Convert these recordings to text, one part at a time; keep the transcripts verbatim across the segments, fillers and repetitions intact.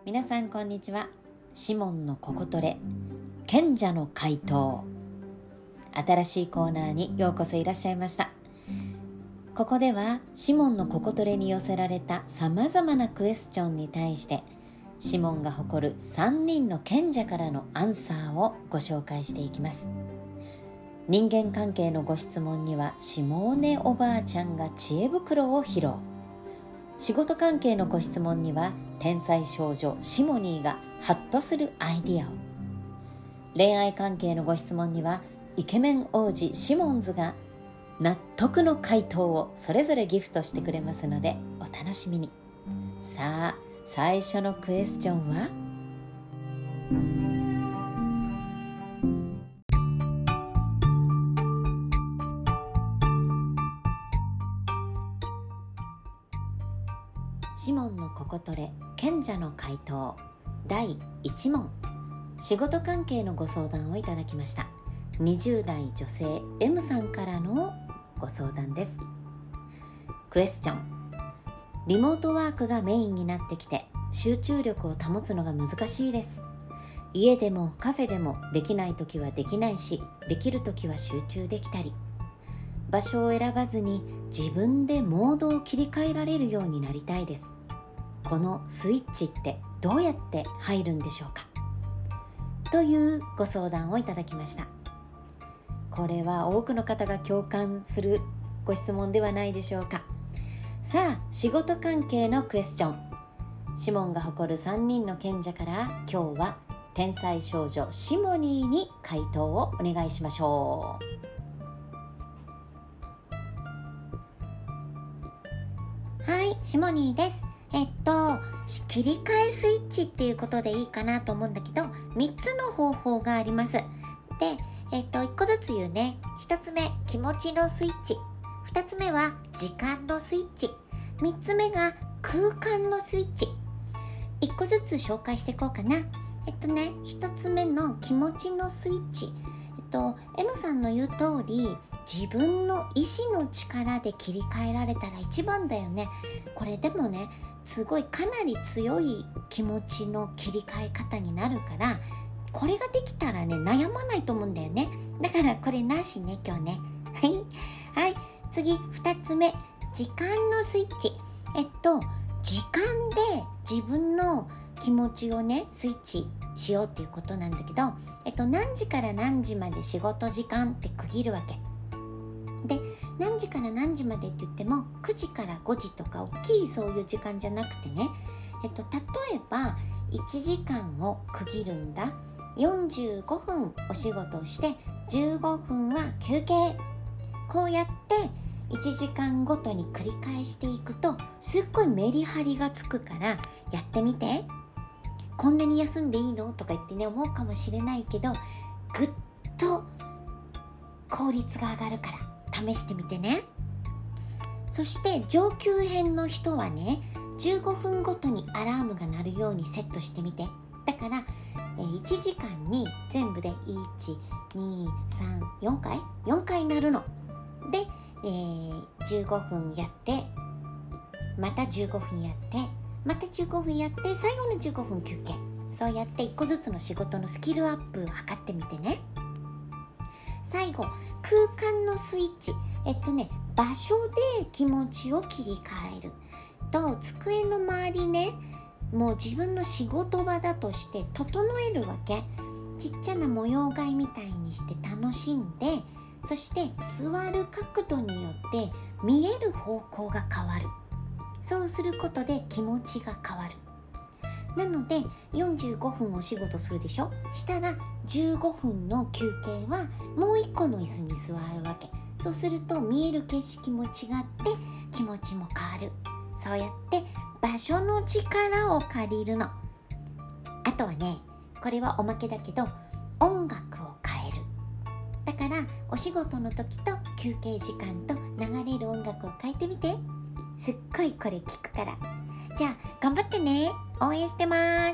皆さんこんにちは。シモンのココトレ賢者の回答、新しいコーナーにようこそいらっしゃいました。ここではシモンのココトレに寄せられたさまざまなクエスチョンに対してシモンが誇るさんにんの賢者からのアンサーをご紹介していきます。人間関係のご質問にはシモーネおばあちゃんが知恵袋を披露。仕事関係のご質問には天才少女シモニーがハッとするアイディアを。恋愛関係のご質問にはイケメン王子シモンズが納得の回答をそれぞれギフトしてくれますのでお楽しみに。さあ、最初のクエスチョンはシモンのココトレ賢者の回答だいいち問。仕事関係のご相談をいただきました。にじゅう代女性 エム さんからのご相談です。クエスチョン。リモートワークがメインになってきて集中力を保つのが難しいです。家でもカフェでもできないときはできないし、できるときは集中できたり、場所を選ばずに自分でモードを切り替えられるようになりたいです。このスイッチってどうやって入るんでしょうか、というご相談をいただきました。これは多くの方が共感するご質問ではないでしょうか。さあ、仕事関係のクエスチョン。シモンが誇るさんにんの賢者から今日は天才少女シモニーに回答をお願いしましょう。はい、シモニーです。えっと切り替えスイッチっていうことでいいかなと思うんだけど、みっつの方法があります。で、えっといっこずつ言うね。ひとつめ、気持ちのスイッチ。ふたつめは時間のスイッチ。みっつめが空間のスイッチ。いっこずつ紹介していこうかな。えっとね、ひとつめの気持ちのスイッチ。えっと エム さんの言う通り、自分の意志の力で切り替えられたら一番だよね。これでもね、すごいかなり強い気持ちの切り替え方になるから、これができたらね、悩まないと思うんだよね。だからこれなしね、今日ね。はいはい。次ふたつめ、時間のスイッチ。えっと時間で自分の気持ちをねスイッチしようっていうことなんだけど、えっと何時から何時まで仕事時間って区切るわけで、何時から何時までって言ってもくじからごじとか大きいそういう時間じゃなくてね、えっと例えばいちじかんを区切るんだ。よんじゅうごふんお仕事をしてじゅうごふんは休憩。こうやっていちじかんごとに繰り返していくとすっごいメリハリがつくからやってみて。こんなに休んでいいのとか言ってね思うかもしれないけど、ぐっと効率が上がるから試してみてね。そして上級編の人はね、じゅうごふんごとにアラームが鳴るようにセットしてみて。だからいちじかんに全部でいち、に、さん、よんかいよんかい鳴るので、えー、じゅうごふんやってまたじゅうごふんやってまたじゅうごふんやって最後のじゅうごふん休憩。そうやっていっこずつの仕事のスキルアップを図ってみてね。最後、空間のスイッチ。えっとね場所で気持ちを切り替えると、机の周りね、もう自分の仕事場だとして整えるわけ。ちっちゃな模様替えみたいにして楽しんで、そして座る角度によって見える方向が変わる。そうすることで気持ちが変わる。なのでよんじゅうごふんお仕事するでしょ。したらじゅうごふんの休憩はもういっこの椅子に座るわけ。そうすると見える景色も違って気持ちも変わる。そうやって場所の力を借りるの。あとはね、これはおまけだけど音楽を変える。だからお仕事の時と休憩時間と流れる音楽を変えてみて。すっごいこれ聞くから。じゃあ頑張ってね。応援してます。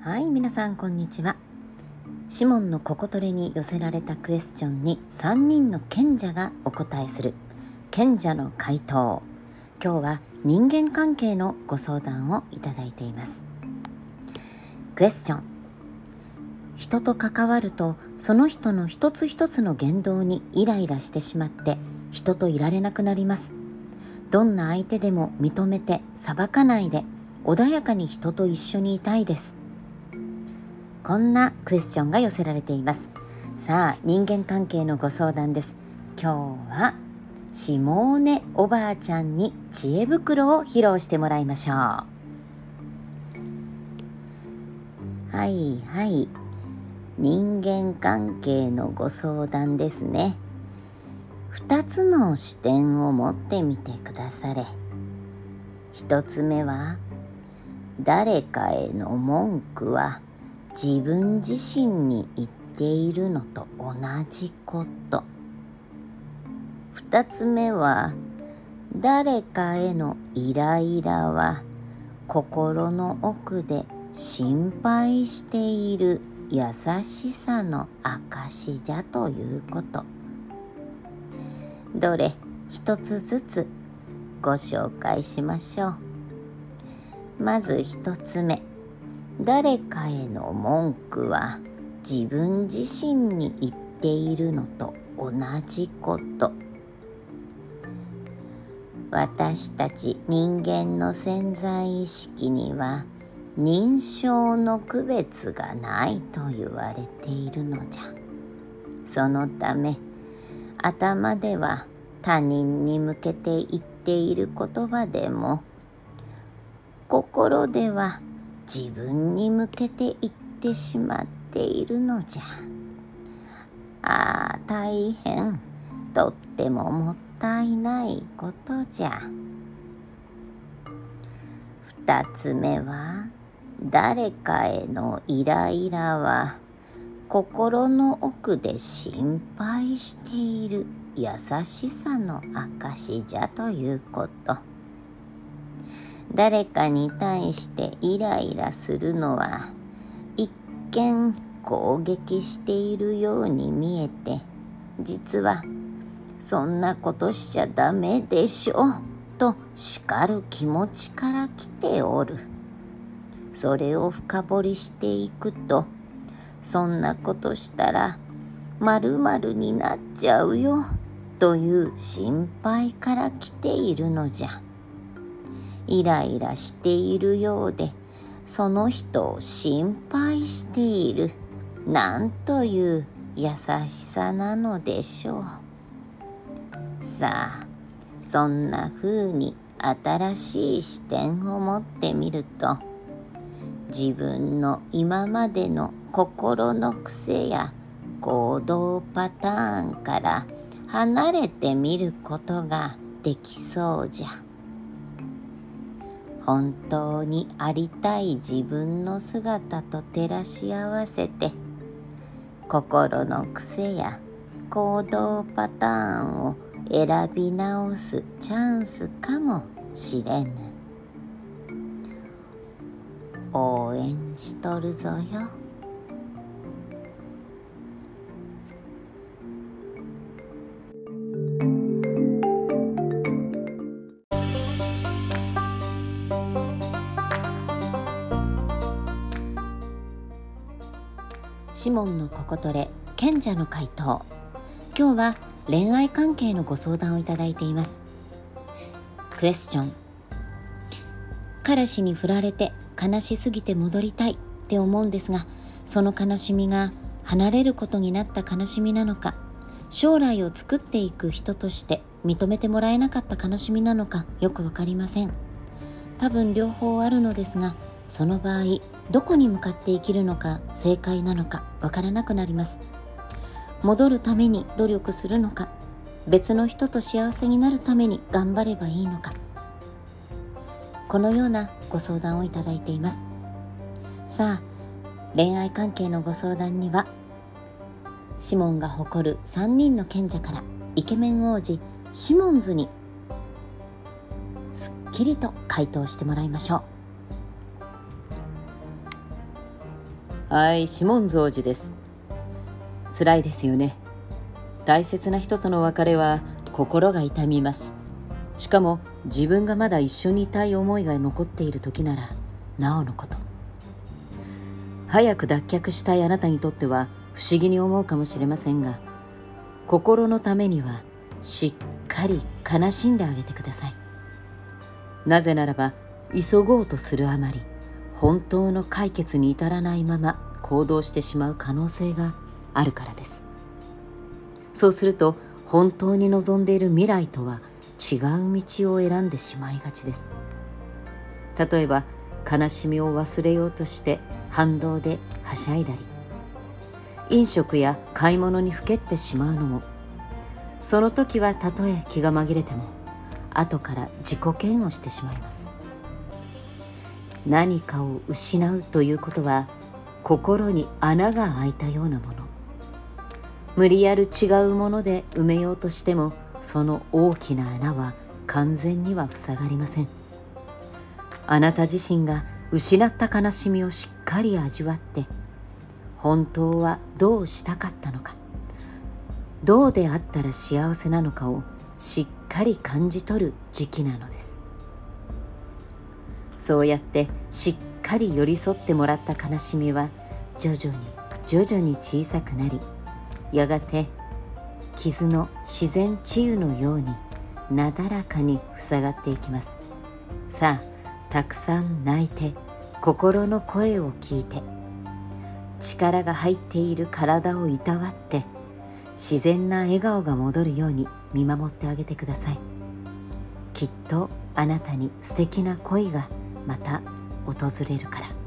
はい、皆さんこんにちは。シモンのココトレに寄せられたクエスチョンにさんにんの賢者がお答えする賢者の回答。今日は人間関係のご相談をいただいています。クエスチョン。人と関わるとその人の一つ一つの言動にイライラしてしまって人といられなくなります。どんな相手でも認めて裁かないで穏やかに人と一緒にいたいです。こんなクエスチョンが寄せられています。さあ、人間関係のご相談です。今日はシモーネおばあちゃんに知恵袋を披露してもらいましょう。はいはい、人間関係のご相談ですね。二つの視点を持ってみてくだされ。一つ目は、誰かへの文句は自分自身に言っているのと同じこと。二つ目は、誰かへのイライラは心の奥で心配している優しさの証じゃということ。どれ一つずつご紹介しましょう。まず一つ目、誰かへの文句は自分自身に言っているのと同じこと。私たち人間の潜在意識には認証の区別がないと言われているのじゃ。そのため頭では他人に向けて言っている言葉でも、心では自分に向けて言ってしまっているのじゃ。ああ、大変、とってももったいないことじゃ。二つ目は、誰かへのイライラは心の奥で心配している優しさの証じゃということ。誰かに対してイライラするのは一見攻撃しているように見えて、実はそんなことしちゃダメでしょと叱る気持ちから来ておる。それを深掘りしていくと、そんなことしたら〇〇になっちゃうよという心配から来ているのじゃ。イライラしているようで、その人を心配している、なんという優しさなのでしょう。さあ、そんなふうに新しい視点を持ってみると、自分の今までの心の癖や行動パターンから離れてみることができそうじゃ。本当にありたい自分の姿と照らし合わせて、心の癖や行動パターンを選び直すチャンスかもしれぬ。応援しとるぞよ。シモンのココトレ賢者の回答。今日は恋愛関係のご相談をいただいています。クエスチョン。彼氏に振られて悲しすぎて戻りたいって思うんですが、その悲しみが離れることになった悲しみなのか、将来を作っていく人として認めてもらえなかった悲しみなのかよくわかりません。多分両方あるのですが、その場合どこに向かって生きるのか正解なのかわからなくなります。戻るために努力するのか、別の人と幸せになるために頑張ればいいのか、このようなご相談をいただいています。さあ、恋愛関係のご相談にはシモンが誇るさんにんの賢者からイケメン王子シモンズにすっきりと回答してもらいましょう。 はい、シモンズ王子です。辛いですよね。大切な人との別れは心が痛みます。しかも自分がまだ一緒にいたい思いが残っている時ならなおのこと。早く脱却したいあなたにとっては不思議に思うかもしれませんが、心のためにはしっかり悲しんであげてください。なぜならば、急ごうとするあまり本当の解決に至らないまま行動してしまう可能性があるからです。そうすると本当に望んでいる未来とは違う道を選んでしまいがちです。例えば悲しみを忘れようとして反動ではしゃいだり、飲食や買い物にふけってしまうのも、その時はたとえ気が紛れても後から自己嫌悪してしまいます。何かを失うということは心に穴が開いたようなもの。無理やる違うもので埋めようとしても、その大きな穴は完全には塞がりません。あなた自身が失った悲しみをしっかり味わって、本当はどうしたかったのか、どうであったら幸せなのかをしっかり感じ取る時期なのです。そうやってしっかり寄り添ってもらった悲しみは徐々に徐々に小さくなり、やがて傷の自然治癒のようになだらかに塞がっていきます。さあ、たくさん泣いて心の声を聞いて、力が入っている体をいたわって、自然な笑顔が戻るように見守ってあげてください。きっとあなたに素敵な恋がまた訪れるから。